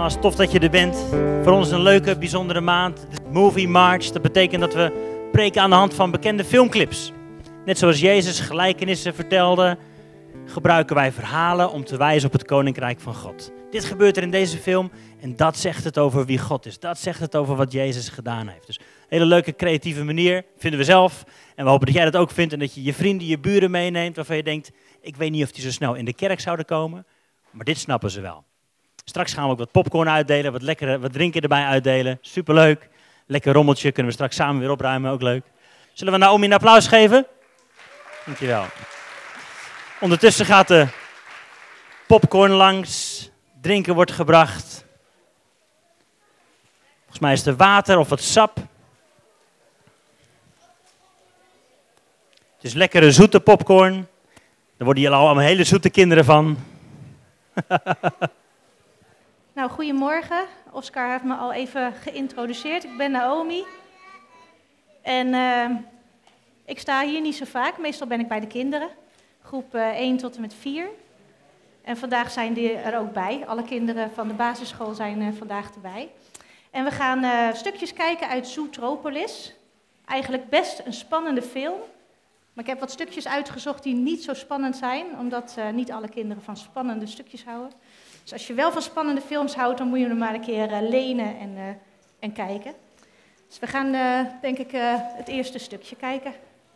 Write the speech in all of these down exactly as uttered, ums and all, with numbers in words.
Nogmaals, tof dat je er bent. Voor ons een leuke, bijzondere maand. Movie March, dat betekent dat we preken aan de hand van bekende filmclips. Net zoals Jezus gelijkenissen vertelde, gebruiken wij verhalen om te wijzen op het Koninkrijk van God. Dit gebeurt er in deze film en dat zegt het over wie God is. Dat zegt het over wat Jezus gedaan heeft. Dus een hele leuke, creatieve manier, vinden we zelf. En we hopen dat jij dat ook vindt en dat je je vrienden, je buren meeneemt waarvan je denkt, ik weet niet of die zo snel in de kerk zouden komen, maar dit snappen ze wel. Straks gaan we ook wat popcorn uitdelen, wat, lekkere, wat drinken erbij uitdelen. Superleuk. Lekker rommeltje, kunnen we straks samen weer opruimen, ook leuk. Zullen we Naomi een applaus geven? Dankjewel. Ondertussen gaat de popcorn langs, drinken wordt gebracht. Volgens mij is er water of wat sap. Het is lekkere zoete popcorn. Daar worden hier allemaal hele zoete kinderen van. Nou, goedemorgen. Oscar heeft me al even geïntroduceerd. Ik ben Naomi. En uh, ik sta hier niet zo vaak. Meestal ben ik bij de kinderen. Groep uh, één tot en met vier. En vandaag zijn die er ook bij. Alle kinderen van de basisschool zijn uh, vandaag erbij. En we gaan uh, stukjes kijken uit Zootropolis. Eigenlijk best een spannende film. Maar ik heb wat stukjes uitgezocht die niet zo spannend zijn. Omdat uh, niet alle kinderen van spannende stukjes houden. Dus als je wel van spannende films houdt, dan moet je hem maar een keer uh, lenen en, uh, en kijken. Dus we gaan, uh, denk ik, uh, het eerste stukje kijken.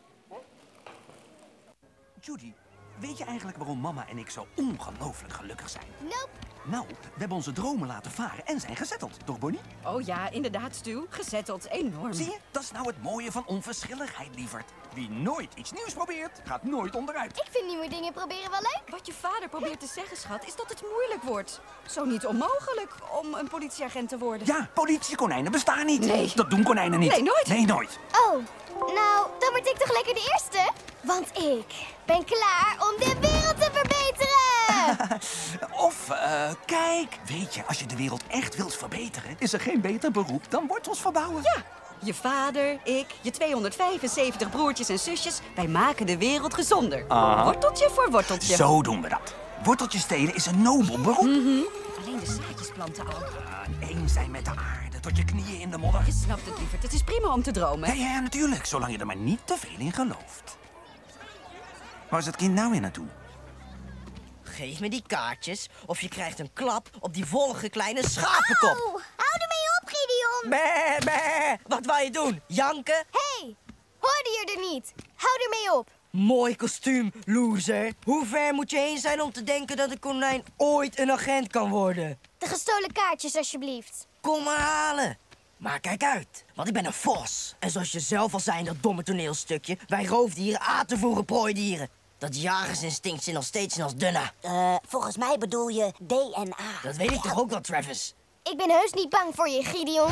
Judy, weet je eigenlijk waarom mama en ik zo ongelooflijk gelukkig zijn? Nope. Nou, we hebben onze dromen laten varen en zijn gezetteld, toch Bonnie? Oh ja, inderdaad, Stu. Gezetteld, enorm. Zie je, dat is nou het mooie van onverschilligheid, lieverd. Wie nooit iets nieuws probeert, gaat nooit onderuit. Ik vind nieuwe dingen proberen wel leuk. Wat je vader probeert te zeggen, schat, is dat het moeilijk wordt. Zo niet onmogelijk om een politieagent te worden. Ja, politiekonijnen bestaan niet. Nee. Dat doen konijnen niet. Nee, nooit. Nee, nooit. Oh, nou, dan word ik toch lekker de eerste? Want ik ben klaar om de wereld te verbeteren. Of, uh, kijk, weet je, als je de wereld echt wilt verbeteren, is er geen beter beroep dan wortels verbouwen. Ja, je vader, ik, je tweehonderdvijfenzeventig broertjes en zusjes, wij maken de wereld gezonder. Aha. Worteltje voor worteltje. Zo doen we dat. Worteltjes stelen is een nobel beroep. Mm-hmm. Alleen de zaadjes planten al. Uh, één zijn met de aarde, tot je knieën in de modder. Je snapt het, lieverd. Het is prima om te dromen. Ja, ja, natuurlijk, zolang je er maar niet te veel in gelooft. Waar is het kind nou weer naartoe? Geef me die kaartjes of je krijgt een klap op die volgende kleine schapenkop. Oh, hou ermee op, Gideon. Bé, bé. Wat wou je doen? Janken? Hey, hoorde je er niet? Hou ermee op. Mooi kostuum, loser. Hoe ver moet je heen zijn om te denken dat een konijn ooit een agent kan worden? De gestolen kaartjes, alsjeblieft. Kom maar halen. Maar kijk uit, want ik ben een vos. En zoals je zelf al zei in dat domme toneelstukje, wij roofdieren aten voeren prooidieren. Dat jagersinstinct zit nog steeds in als dunna. Uh, volgens mij bedoel je D N A. Dat weet ik toch ook wel, Travis? Ik ben heus niet bang voor je, Gideon.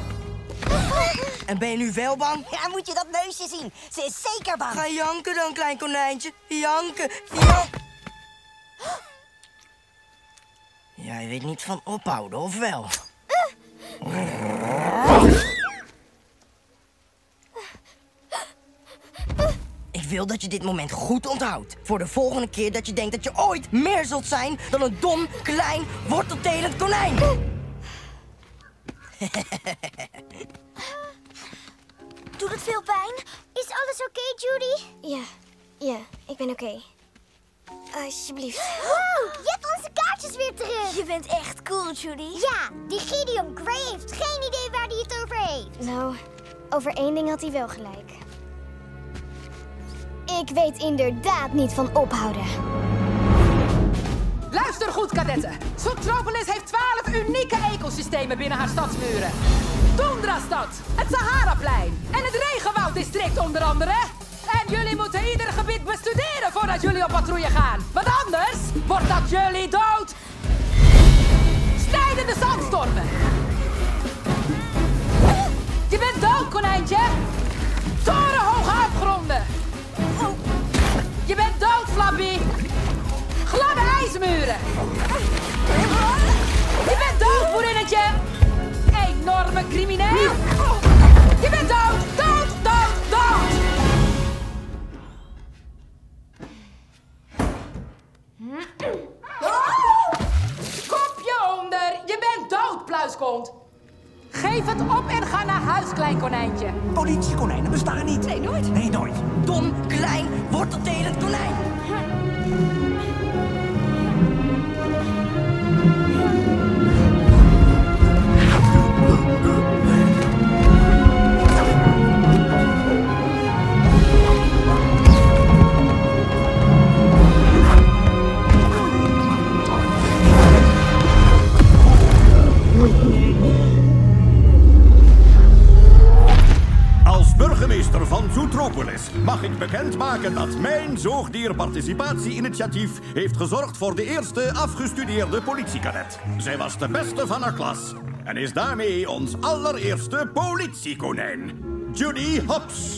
En ben je nu wel bang? Ja, moet je dat neusje zien? Ze is zeker bang. Ga janken dan, klein konijntje. Janken. Jank. Jij weet niet van ophouden, of wel? Ik wil dat je dit moment goed onthoudt. Voor de volgende keer dat je denkt dat je ooit meer zult zijn dan een dom, klein, worteltelend konijn. Doet het veel pijn? Is alles oké, okay, Judy? Ja, ja, ik ben oké. Okay. Alsjeblieft. Wow, je hebt onze kaartjes weer terug. Je bent echt cool, Judy. Ja, die Gideon Grey heeft geen idee waar hij het over heeft. Nou, over één ding had hij wel gelijk. Ik weet inderdaad niet van ophouden. Luister goed, kadetten. Zootropolis heeft twaalf unieke ecosystemen binnen haar stadsmuren. Toendrastad, het Saharaplein en het Regenwouddistrict onder andere. En jullie moeten ieder gebied bestuderen voordat jullie op patrouille gaan. Want anders wordt dat jullie dood. Snijdende zandstormen. Je bent dood, konijntje. Torenhoge afgronden. Je bent dood, Flappy. Gladde ijsmuren. Je bent dood, boerinnetje. Enorme crimineel. Je bent dood, dood, dood, dood. Kopje onder. Je bent dood. Geef het op en ga naar huis, klein konijntje. Politiekonijnen bestaan niet. Nee, nooit. Nee, nooit. Dom, klein, worteltelend konijn. Als burgemeester van Zootropolis mag ik bekendmaken dat mijn zoogdierparticipatie-initiatief heeft gezorgd voor de eerste afgestudeerde politiekadet. Zij was de beste van haar klas en is daarmee ons allereerste politiekonijn. Judy Hopps.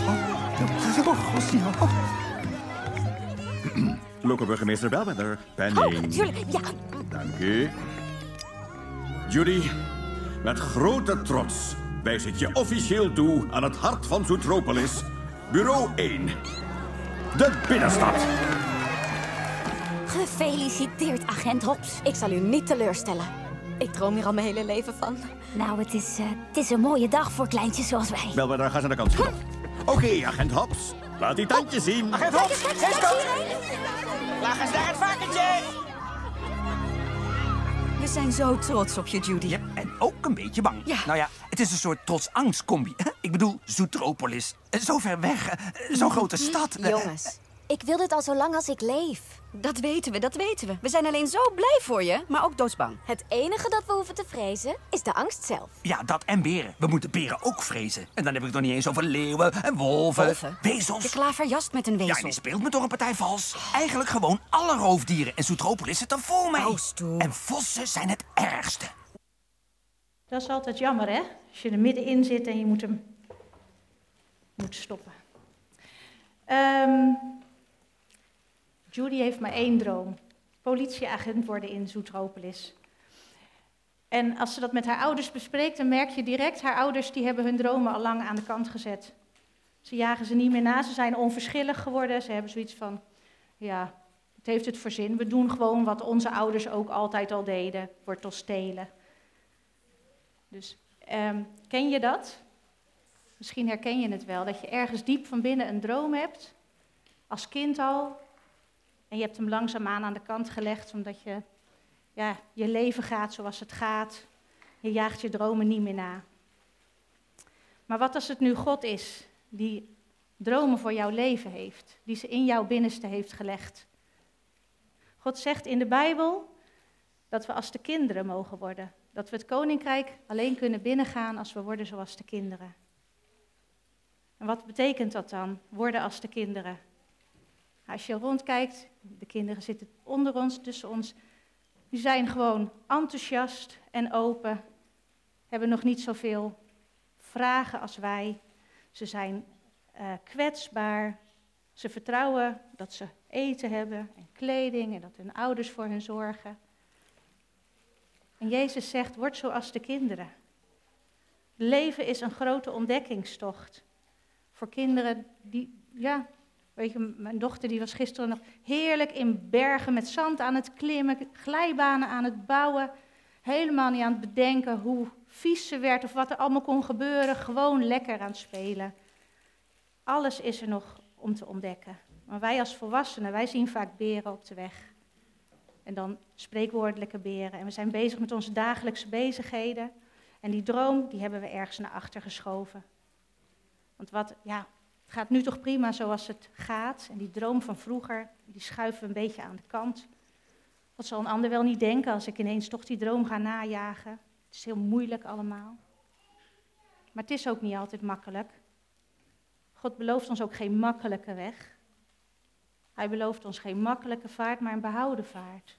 Lokale burgemeester Bellwether, penning. Oh, tuurlijk, ja. Dank u. Judy, met grote trots wijs ik je officieel toe aan het hart van Zootropolis. Bureau één. De binnenstad. Gefeliciteerd, agent Hops. Ik zal u niet teleurstellen. Ik droom hier al mijn hele leven van. Nou, het is, uh, het is een mooie dag voor kleintjes zoals wij. Bellwether, ga ze aan de kant schieten. Oké, okay, agent Hops. Laat die tandjes zien. Agent Hops, Lag eens daar het varkentje. We zijn zo trots op je, Judy. Ja, en ook een beetje bang. Ja. Nou ja, het is een soort trots-angst-combi. Ik bedoel, Zootropolis. Zo ver weg, zo'n grote stad. Jongens, ik wil dit al zo lang als ik leef. Dat weten we, dat weten we. We zijn alleen zo blij voor je, maar ook doodsbang. Het enige dat we hoeven te vrezen is de angst zelf. Ja, dat en beren. We moeten beren ook vrezen. En dan heb ik het nog niet eens over leeuwen en wolven. Wolven? Wezels. De klaverjast met een wezel. Ja, en die speelt me toch een partij vals. Eigenlijk gewoon alle roofdieren. En Zootropolis zit er vol mee. Oh, stoer. En vossen zijn het ergste. Dat is altijd jammer, hè? Als je er middenin zit en je moet hem moet stoppen. Um, Judy heeft maar één droom. Politieagent worden in Zootropolis. En als ze dat met haar ouders bespreekt, dan merk je direct... haar ouders die hebben hun dromen al lang aan de kant gezet. Ze jagen ze niet meer na, ze zijn onverschillig geworden. Ze hebben zoiets van, ja, het heeft het voor zin. We doen gewoon wat onze ouders ook altijd al deden. Wortels stelen. Dus um, ken je dat? Misschien herken je het wel, dat je ergens diep van binnen een droom hebt. Als kind al. En je hebt hem langzaamaan aan de kant gelegd, omdat je, ja, je leven gaat zoals het gaat. Je jaagt je dromen niet meer na. Maar wat als het nu God is, die dromen voor jouw leven heeft, die ze in jouw binnenste heeft gelegd? God zegt in de Bijbel dat we als de kinderen mogen worden. Dat we het koninkrijk alleen kunnen binnengaan als we worden zoals de kinderen. En wat betekent dat dan, worden als de kinderen? Als je rondkijkt, de kinderen zitten onder ons, tussen ons. Die zijn gewoon enthousiast en open. Hebben nog niet zoveel vragen als wij. Ze zijn uh, kwetsbaar. Ze vertrouwen dat ze eten hebben en kleding en dat hun ouders voor hen zorgen. En Jezus zegt, word zoals de kinderen. Leven is een grote ontdekkingstocht. Voor kinderen die, ja... Weet je, mijn dochter die was gisteren nog heerlijk in bergen met zand aan het klimmen, glijbanen aan het bouwen. Helemaal niet aan het bedenken hoe vies ze werd of wat er allemaal kon gebeuren. Gewoon lekker aan het spelen. Alles is er nog om te ontdekken. Maar wij als volwassenen, wij zien vaak beren op de weg. En dan spreekwoordelijke beren. En we zijn bezig met onze dagelijkse bezigheden. En die droom, die hebben we ergens naar achter geschoven. Want wat, ja... Het gaat nu toch prima zoals het gaat. En die droom van vroeger, die schuiven we een beetje aan de kant. Wat zal een ander wel niet denken als ik ineens toch die droom ga najagen? Het is heel moeilijk allemaal. Maar het is ook niet altijd makkelijk. God belooft ons ook geen makkelijke weg. Hij belooft ons geen makkelijke vaart, maar een behouden vaart.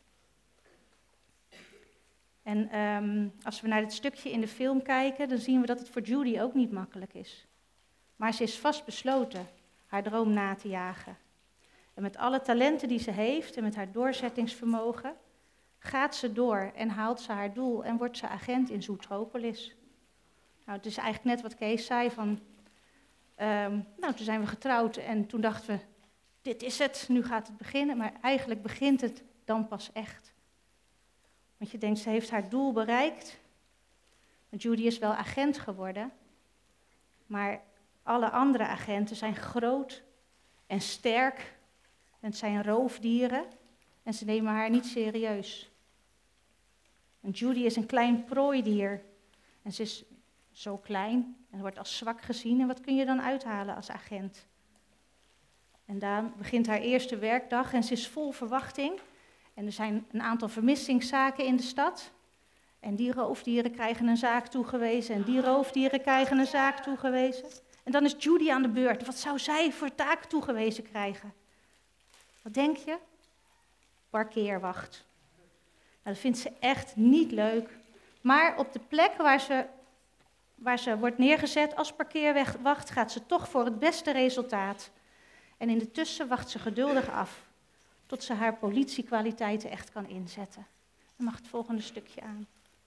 En um, als we naar dit stukje in de film kijken, dan zien we dat het voor Judy ook niet makkelijk is. Maar ze is vastbesloten haar droom na te jagen. En met alle talenten die ze heeft en met haar doorzettingsvermogen gaat ze door en haalt ze haar doel en wordt ze agent in Zootropolis. Nou, het is eigenlijk net wat Kees zei van, um, nou, toen zijn we getrouwd en toen dachten we, dit is het, nu gaat het beginnen. Maar eigenlijk begint het dan pas echt. Want je denkt, ze heeft haar doel bereikt, Judy is wel agent geworden, maar alle andere agenten zijn groot en sterk. En het zijn roofdieren en ze nemen haar niet serieus. En Judy is een klein prooidier en ze is zo klein en wordt als zwak gezien. En wat kun je dan uithalen als agent? En dan begint haar eerste werkdag en ze is vol verwachting. En er zijn een aantal vermissingszaken in de stad. En die roofdieren krijgen een zaak toegewezen en die roofdieren krijgen een zaak toegewezen. En dan is Judy aan de beurt. Wat zou zij voor taak toegewezen krijgen? Wat denk je? Parkeerwacht. Nou, dat vindt ze echt niet leuk. Maar op de plek waar ze, waar ze wordt neergezet als parkeerwacht gaat ze toch voor het beste resultaat. En in de tussen wacht ze geduldig af tot ze haar politiekwaliteiten echt kan inzetten. Dan mag het volgende stukje aan.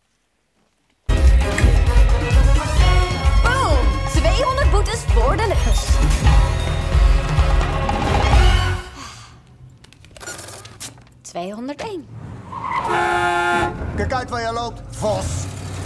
Boom! tweehonderd boetes voor de lukkers. tweehonderdéén. Kijk uit waar je loopt, vos.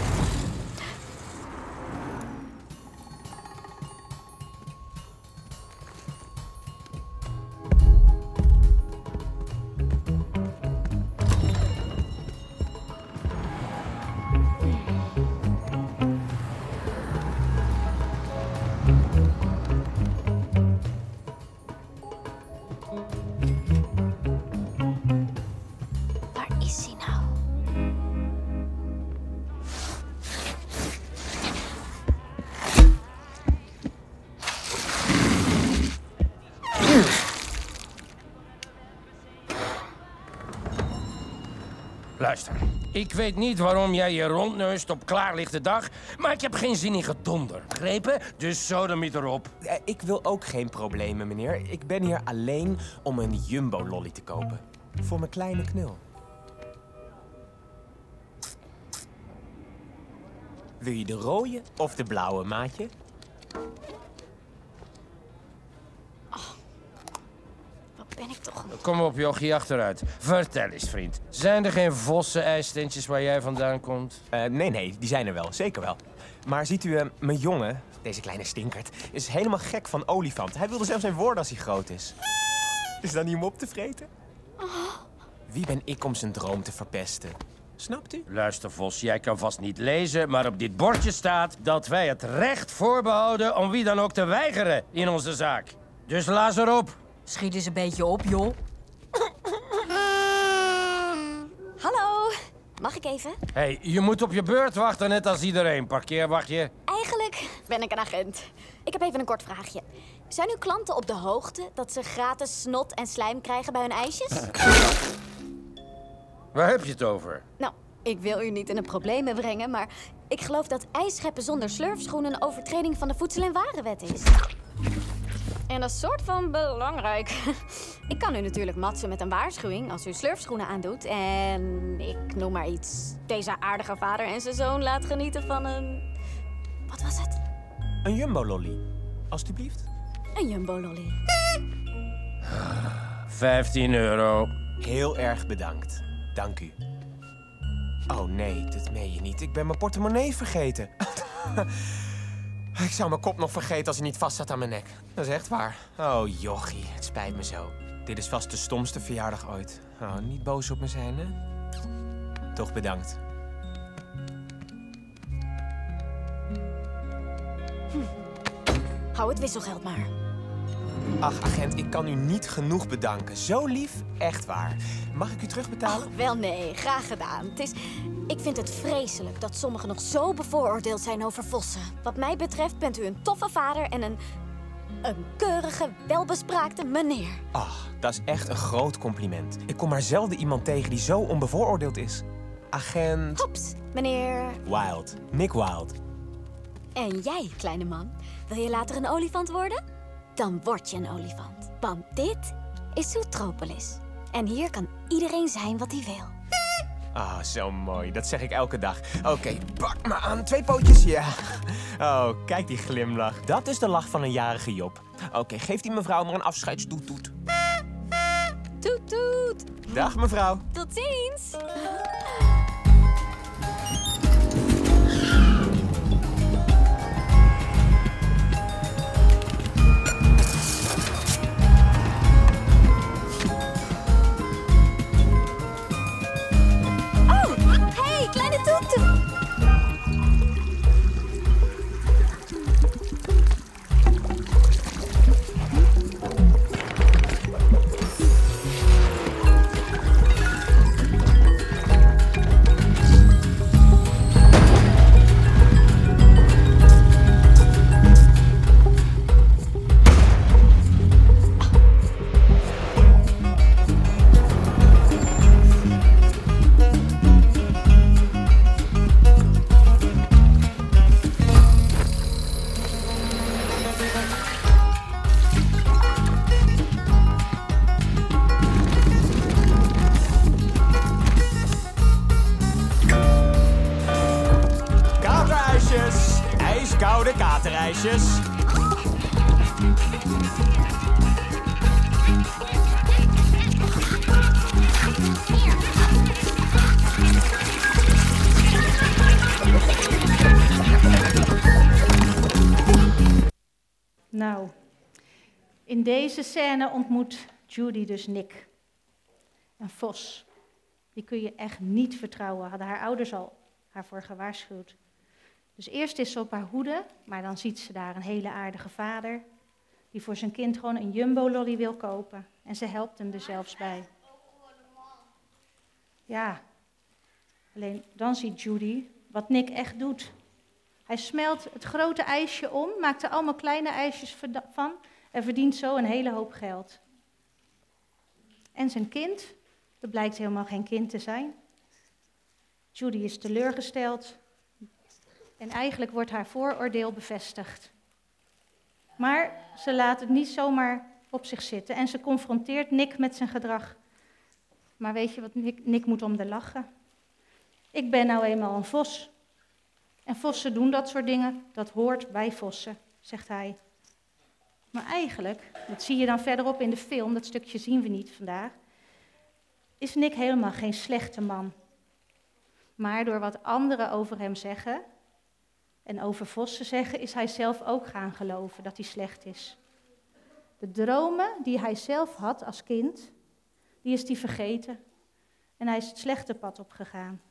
Luister, ik weet niet waarom jij je rondneust op klaarlichte dag, maar ik heb geen zin in gedonder, begrepen? Dus sodemiet erop. Eh, ik wil ook geen problemen, meneer. Ik ben hier alleen om een Jumbo-lolly te kopen. Voor mijn kleine knul. Wil je de rode of de blauwe, maatje? Ben ik toch... Kom op, jochie, achteruit. Vertel eens, vriend. Zijn er geen vossen-ijstentjes waar jij vandaan komt? Uh, nee, nee, die zijn er wel. Zeker wel. Maar ziet u, uh, mijn jongen, deze kleine stinkert, is helemaal gek van olifant. Hij wilde zelfs zijn woorden als hij groot is. Is dat niet om op te vreten? Wie ben ik om zijn droom te verpesten? Snapt u? Luister, Vos, jij kan vast niet lezen, maar op dit bordje staat dat wij het recht voorbehouden om wie dan ook te weigeren in onze zaak. Dus laat erop. Schiet eens een beetje op, joh. Hallo, mag ik even? Hé, hey, je moet op je beurt wachten, net als iedereen. Parkeerwachtje. Eigenlijk ben ik een agent. Ik heb even een kort vraagje. Zijn uw klanten op de hoogte dat ze gratis snot en slijm krijgen bij hun ijsjes? Waar heb je het over? Nou, ik wil u niet in de problemen brengen, maar ik geloof dat ijsscheppen zonder slurfschoenen een overtreding van de Voedsel- en Warenwet is. En dat is soort van belangrijk. Ik kan u natuurlijk matsen met een waarschuwing als u slurfschoenen aandoet. En ik noem maar iets. Deze aardige vader en zijn zoon laat genieten van een... Wat was het? Een Jumbo-lolly. Alsjeblieft. Een Jumbo-lolly. vijftien euro. Heel erg bedankt. Dank u. Oh nee, dat meen je niet. Ik ben mijn portemonnee vergeten. Ik zou mijn kop nog vergeten als hij niet vast zat aan mijn nek. Dat is echt waar. Oh, jochie, het spijt me zo. Dit is vast de stomste verjaardag ooit. Oh, niet boos op me zijn, hè? Toch bedankt. Hm. Hou het wisselgeld maar. Ach, agent, ik kan u niet genoeg bedanken. Zo lief, echt waar. Mag ik u terugbetalen? Oh, wel nee, graag gedaan. Het is... Ik vind het vreselijk dat sommigen nog zo bevooroordeeld zijn over vossen. Wat mij betreft bent u een toffe vader en een... een keurige, welbespraakte meneer. Ach, dat is echt een groot compliment. Ik kom maar zelden iemand tegen die zo onbevooroordeeld is. Agent... Hops, meneer... Wild. Nick Wild. En jij, kleine man, wil je later een olifant worden? Dan word je een olifant. Want dit is Zootropolis. En hier kan iedereen zijn wat hij wil. Ah, oh, zo mooi. Dat zeg ik elke dag. Oké, okay, pak me aan. Twee pootjes, ja. Oh, kijk die glimlach. Dat is de lach van een jarige Job. Oké, okay, geef die mevrouw maar een afscheidstoet toet. Toet toet. Dag mevrouw. Tot ziens. koude katerijsjes. Nou, in deze scène ontmoet Judy dus Nick. Een vos. Die kun je echt niet vertrouwen, hadden haar ouders al haar voor gewaarschuwd. Dus eerst is ze op haar hoede, maar dan ziet ze daar een hele aardige vader die voor zijn kind gewoon een jumbo-lolly wil kopen. En ze helpt hem er zelfs bij. Ja, alleen dan ziet Judy wat Nick echt doet. Hij smelt het grote ijsje om, maakt er allemaal kleine ijsjes van en verdient zo een hele hoop geld. En zijn kind, dat blijkt helemaal geen kind te zijn. Judy is teleurgesteld en eigenlijk wordt haar vooroordeel bevestigd. Maar ze laat het niet zomaar op zich zitten en ze confronteert Nick met zijn gedrag. Maar weet je wat, Nick, Nick moet om de lachen. Ik ben nou eenmaal een vos. En vossen doen dat soort dingen, dat hoort bij vossen, zegt hij. Maar eigenlijk, dat zie je dan verderop in de film, dat stukje zien we niet vandaag, is Nick helemaal geen slechte man. Maar door wat anderen over hem zeggen en over vossen zeggen, is hij zelf ook gaan geloven dat hij slecht is. De dromen die hij zelf had als kind, die is hij vergeten. En hij is het slechte pad opgegaan.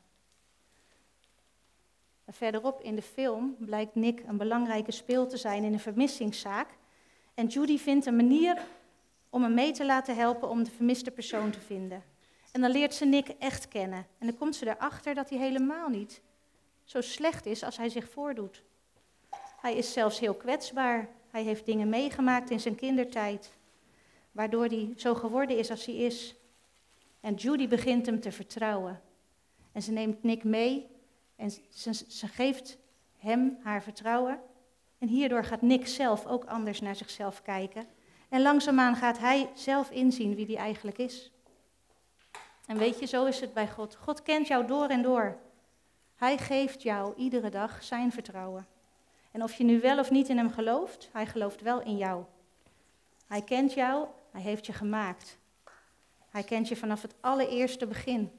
En verderop in de film blijkt Nick een belangrijke speel te zijn in een vermissingszaak. En Judy vindt een manier om hem mee te laten helpen om de vermiste persoon te vinden. En dan leert ze Nick echt kennen. En dan komt ze erachter dat hij helemaal niet zo slecht is als hij zich voordoet. Hij is zelfs heel kwetsbaar. Hij heeft dingen meegemaakt in zijn kindertijd, waardoor hij zo geworden is als hij is. En Judy begint hem te vertrouwen. En ze neemt Nick mee en ze, ze geeft hem haar vertrouwen. En hierdoor gaat Nick zelf ook anders naar zichzelf kijken. En langzaamaan gaat hij zelf inzien wie hij eigenlijk is. En weet je, zo is het bij God. God kent jou door en door. Hij geeft jou iedere dag zijn vertrouwen. En of je nu wel of niet in hem gelooft, hij gelooft wel in jou. Hij kent jou, hij heeft je gemaakt. Hij kent je vanaf het allereerste begin.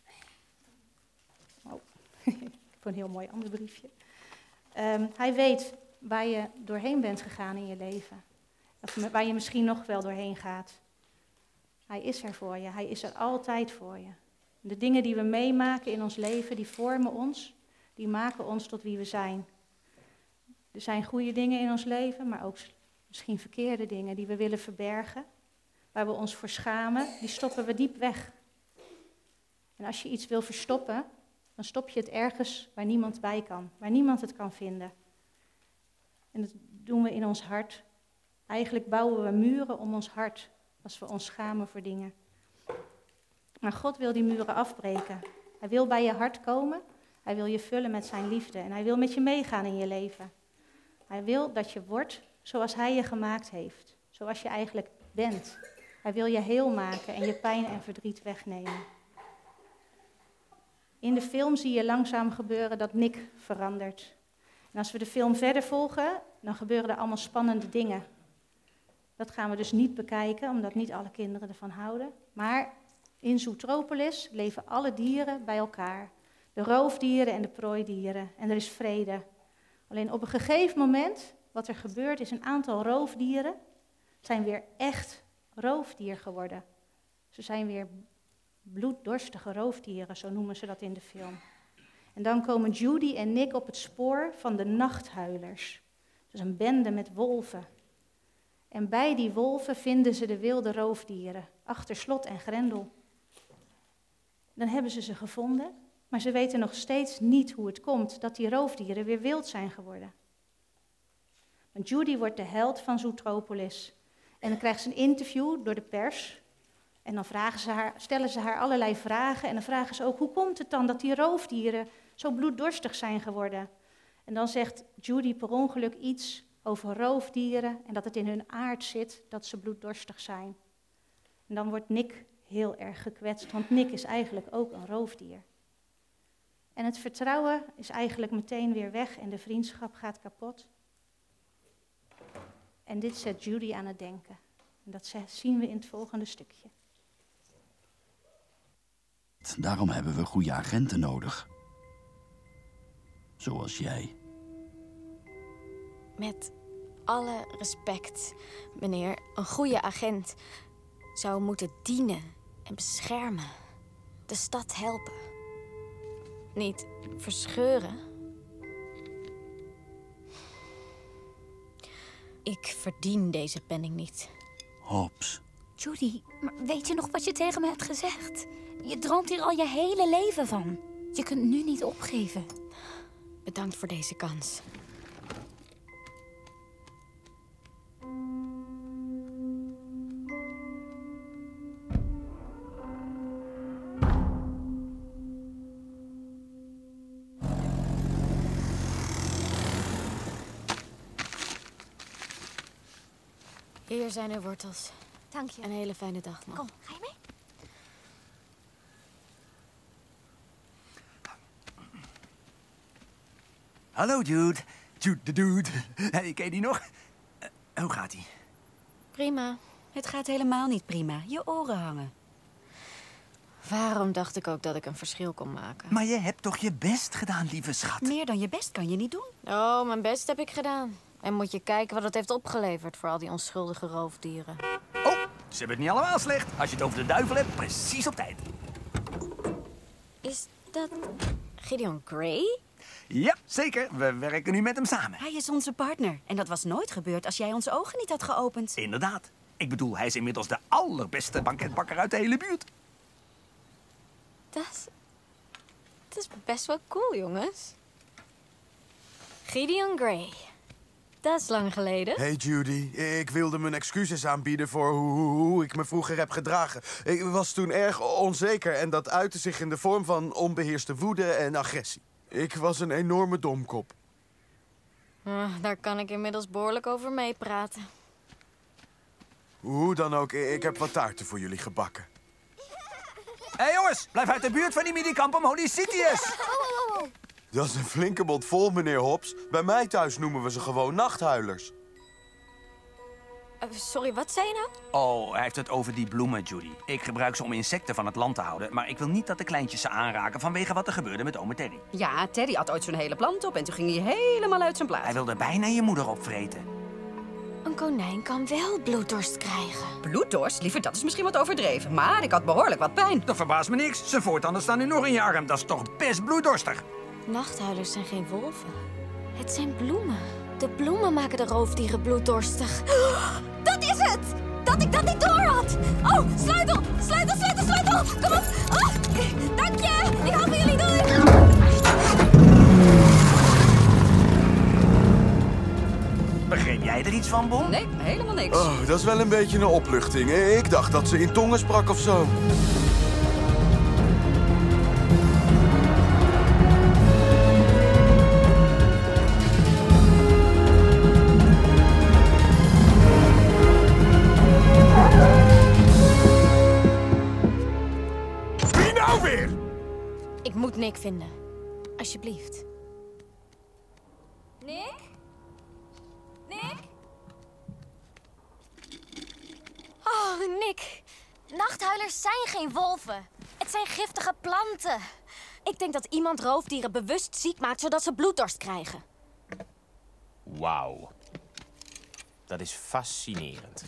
Oh, ik heb een heel mooi ander briefje. Um, hij weet waar je doorheen bent gegaan in je leven. Of waar je misschien nog wel doorheen gaat. Hij is er voor je, hij is er altijd voor je. De dingen die we meemaken in ons leven, die vormen ons, die maken ons tot wie we zijn. Er zijn goede dingen in ons leven, maar ook misschien verkeerde dingen die we willen verbergen. Waar we ons voor schamen, die stoppen we diep weg. En als je iets wil verstoppen, dan stop je het ergens waar niemand bij kan, waar niemand het kan vinden. En dat doen we in ons hart. Eigenlijk bouwen we muren om ons hart, als we ons schamen voor dingen. Maar God wil die muren afbreken. Hij wil bij je hart komen, hij wil je vullen met zijn liefde en hij wil met je meegaan in je leven. Hij wil dat je wordt zoals hij je gemaakt heeft, zoals je eigenlijk bent. Hij wil je heel maken en je pijn en verdriet wegnemen. In de film zie je langzaam gebeuren dat Nick verandert. En als we de film verder volgen, dan gebeuren er allemaal spannende dingen. Dat gaan we dus niet bekijken, omdat niet alle kinderen ervan houden. Maar in Zootropolis leven alle dieren bij elkaar. De roofdieren en de prooidieren. En er is vrede. Alleen op een gegeven moment, wat er gebeurt, is een aantal roofdieren zijn weer echt roofdier geworden. Ze zijn weer bloeddorstige roofdieren, zo noemen ze dat in de film. En dan komen Judy en Nick op het spoor van de nachthuilers. Dus een bende met wolven. En bij die wolven vinden ze de wilde roofdieren, achter slot en grendel. Dan hebben ze ze gevonden, maar ze weten nog steeds niet hoe het komt dat die roofdieren weer wild zijn geworden. Want Judy wordt de held van Zootropolis. En dan krijgt ze een interview door de pers. En dan vragen ze haar, stellen ze haar allerlei vragen. En dan vragen ze ook, hoe komt het dan dat die roofdieren zo bloeddorstig zijn geworden? En dan zegt Judy per ongeluk iets over roofdieren en dat het in hun aard zit dat ze bloeddorstig zijn. En dan wordt Nick heel erg gekwetst, want Nick is eigenlijk ook een roofdier. En het vertrouwen is eigenlijk meteen weer weg en de vriendschap gaat kapot. En dit zet Judy aan het denken. En dat zien we in het volgende stukje. Daarom hebben we goede agenten nodig. Zoals jij. Met alle respect, meneer, een goede agent zou moeten dienen en beschermen. De stad helpen. Niet verscheuren. Ik verdien deze penning niet. Hobbs. Judy, maar weet je nog wat je tegen me hebt gezegd? Je droomt hier al je hele leven van. Je kunt nu niet opgeven. Bedankt voor deze kans. Hier zijn uw wortels. Dank je. Een hele fijne dag nog. Kom, ga je mee? Hallo, Jude. Jude de Dude. Hey, ken je die nog? Uh, hoe gaat ie? Prima. Het gaat helemaal niet prima. Je oren hangen. Waarom dacht ik ook dat ik een verschil kon maken? Maar je hebt toch je best gedaan, lieve schat? Meer dan je best kan je niet doen. Oh, mijn best heb ik gedaan. En moet je kijken wat het heeft opgeleverd voor al die onschuldige roofdieren. Oh, ze hebben het niet allemaal slecht. Als je het over de duivel hebt, precies op tijd. Is dat Gideon Grey? Ja, zeker. We werken nu met hem samen. Hij is onze partner. En dat was nooit gebeurd als jij onze ogen niet had geopend. Inderdaad. Ik bedoel, hij is inmiddels de allerbeste banketbakker uit de hele buurt. Dat is... Dat is best wel cool, jongens. Gideon Grey. Dat is lang geleden. Hey Judy, ik wilde mijn excuses aanbieden voor hoe, hoe, hoe ik me vroeger heb gedragen. Ik was toen erg onzeker en dat uitte zich in de vorm van onbeheerste woede en agressie. Ik was een enorme domkop. Uh, daar kan ik inmiddels behoorlijk over meepraten. Hoe dan ook, ik heb wat taarten voor jullie gebakken. Hé hey jongens, blijf uit de buurt van die minikamp om Holycitius. Dat is een flinke mond vol, meneer Hobbs. Bij mij thuis noemen we ze gewoon nachthuilers. Uh, sorry, wat zei je nou? Oh, hij heeft het over die bloemen, Judy. Ik gebruik ze om insecten van het land te houden, maar ik wil niet dat de kleintjes ze aanraken vanwege wat er gebeurde met ome Teddy. Ja, Teddy had ooit zo'n hele plant op en toen ging hij helemaal uit zijn plaat. Hij wilde bijna je moeder opvreten. Een konijn kan wel bloeddorst krijgen. Bloeddorst? Liever, dat is misschien wat overdreven. Maar ik had behoorlijk wat pijn. Dat verbaast me niks. Zijn voortanden staan nu nog in je arm. Dat is toch best bloeddorstig. Nachthuilers zijn geen wolven. Het zijn bloemen. De bloemen maken de roofdieren bloeddorstig. Dat is het! Dat ik dat niet door had! Oh, sleutel! Sleutel, sleutel, sleutel! Kom op! Oh, dank je! Ik hou van jullie, doei! Begreep jij er iets van, Bon? Nee, helemaal niks. Oh, dat is wel een beetje een opluchting. Ik dacht dat ze in tongen sprak of zo. Wie nou weer? Ik moet Nick vinden. Alsjeblieft. Nick? Nick? Oh, Nick. Nachthuilers zijn geen wolven. Het zijn giftige planten. Ik denk dat iemand roofdieren bewust ziek maakt, zodat ze bloeddorst krijgen. Wauw. Dat is fascinerend.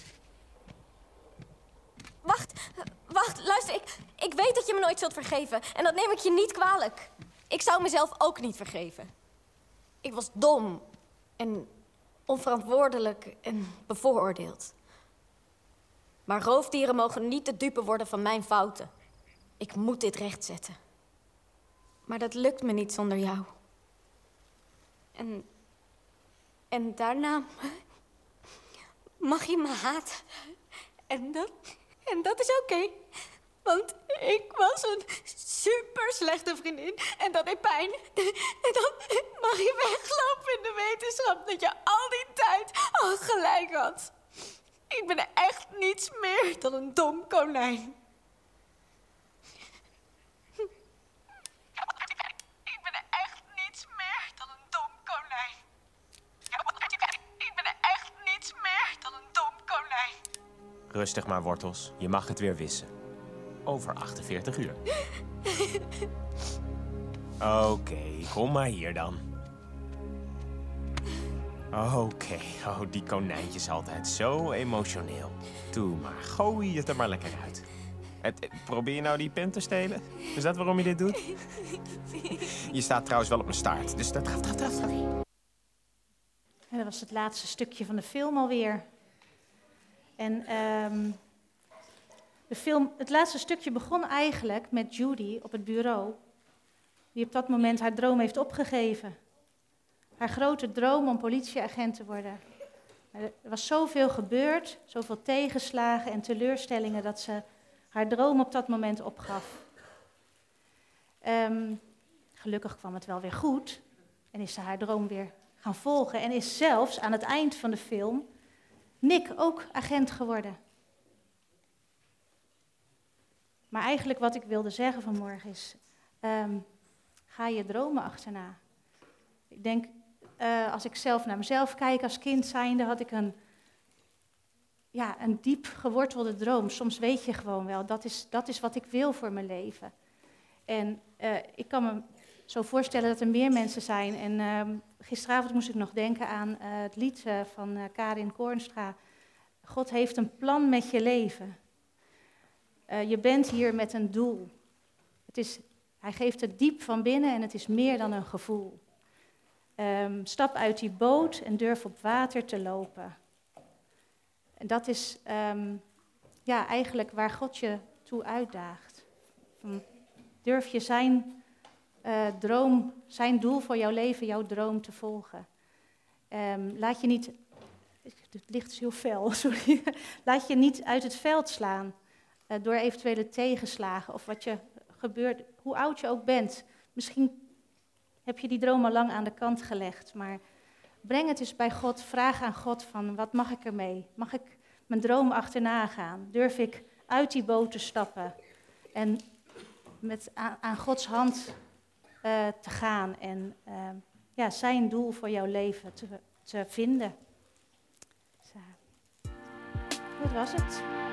Wacht, wacht, luister. Ik, ik weet dat je me nooit zult vergeven. En dat neem ik je niet kwalijk. Ik zou mezelf ook niet vergeven. Ik was dom. En onverantwoordelijk en bevooroordeeld. Maar roofdieren mogen niet de dupe worden van mijn fouten. Ik moet dit rechtzetten. Maar dat lukt me niet zonder jou. En... En daarna... mag je me haten. En dat... En dat is oké. Okay. Want ik was een super slechte vriendin. En dat deed pijn. En dan mag je weglopen in de wetenschap dat je al die tijd al gelijk had. Ik ben echt niets meer dan een dom konijn. Ik Rustig maar, Wortels. Je mag het weer wissen. Over achtenveertig uur. Oké, okay, kom maar hier dan. Oké, okay. Oh, die konijntjes altijd zo emotioneel. Doe maar, gooi het er maar lekker uit. Het, probeer je nou die pen te stelen? Is dat waarom je dit doet? Je staat trouwens wel op mijn staart, dus dat gaat, gaat, gaat. En dat was het laatste stukje van de film alweer. En um, de film, het laatste stukje begon eigenlijk met Judy op het bureau, die op dat moment haar droom heeft opgegeven. Haar grote droom om politieagent te worden. Er was zoveel gebeurd, zoveel tegenslagen en teleurstellingen, dat ze haar droom op dat moment opgaf. Um, gelukkig kwam het wel weer goed en is ze haar droom weer gaan volgen. En is zelfs aan het eind van de film Nick ook agent geworden. Maar eigenlijk wat ik wilde zeggen vanmorgen is, um, ga je dromen achterna. Ik denk, uh, als ik zelf naar mezelf kijk als kind zijnde, had ik een, ja, een diep gewortelde droom. Soms weet je gewoon wel, dat is, dat is wat ik wil voor mijn leven. En uh, ik kan me zo voorstellen dat er meer mensen zijn. En uh, gisteravond moest ik nog denken aan uh, het lied uh, van uh, Karin Koornstra. God heeft een plan met je leven. Uh, je bent hier met een doel. Het is, hij geeft het diep van binnen en het is meer dan een gevoel. Um, stap uit die boot en durf op water te lopen. En dat is um, ja, eigenlijk waar God je toe uitdaagt. Durf je zijn uh, droom, zijn doel voor jouw leven, jouw droom te volgen. Um, laat je niet, het licht is heel fel, sorry. Laat je niet uit het veld slaan uh, door eventuele tegenslagen of wat je gebeurt, hoe oud je ook bent. Misschien heb je die droom al lang aan de kant gelegd, maar breng het eens bij God. Vraag aan God van, wat mag ik ermee? Mag ik mijn droom achterna gaan? Durf ik uit die boot te stappen en met aan, aan Gods hand uh, te gaan en uh, ja, zijn doel voor jouw leven te, te vinden? Zo. Dat was het.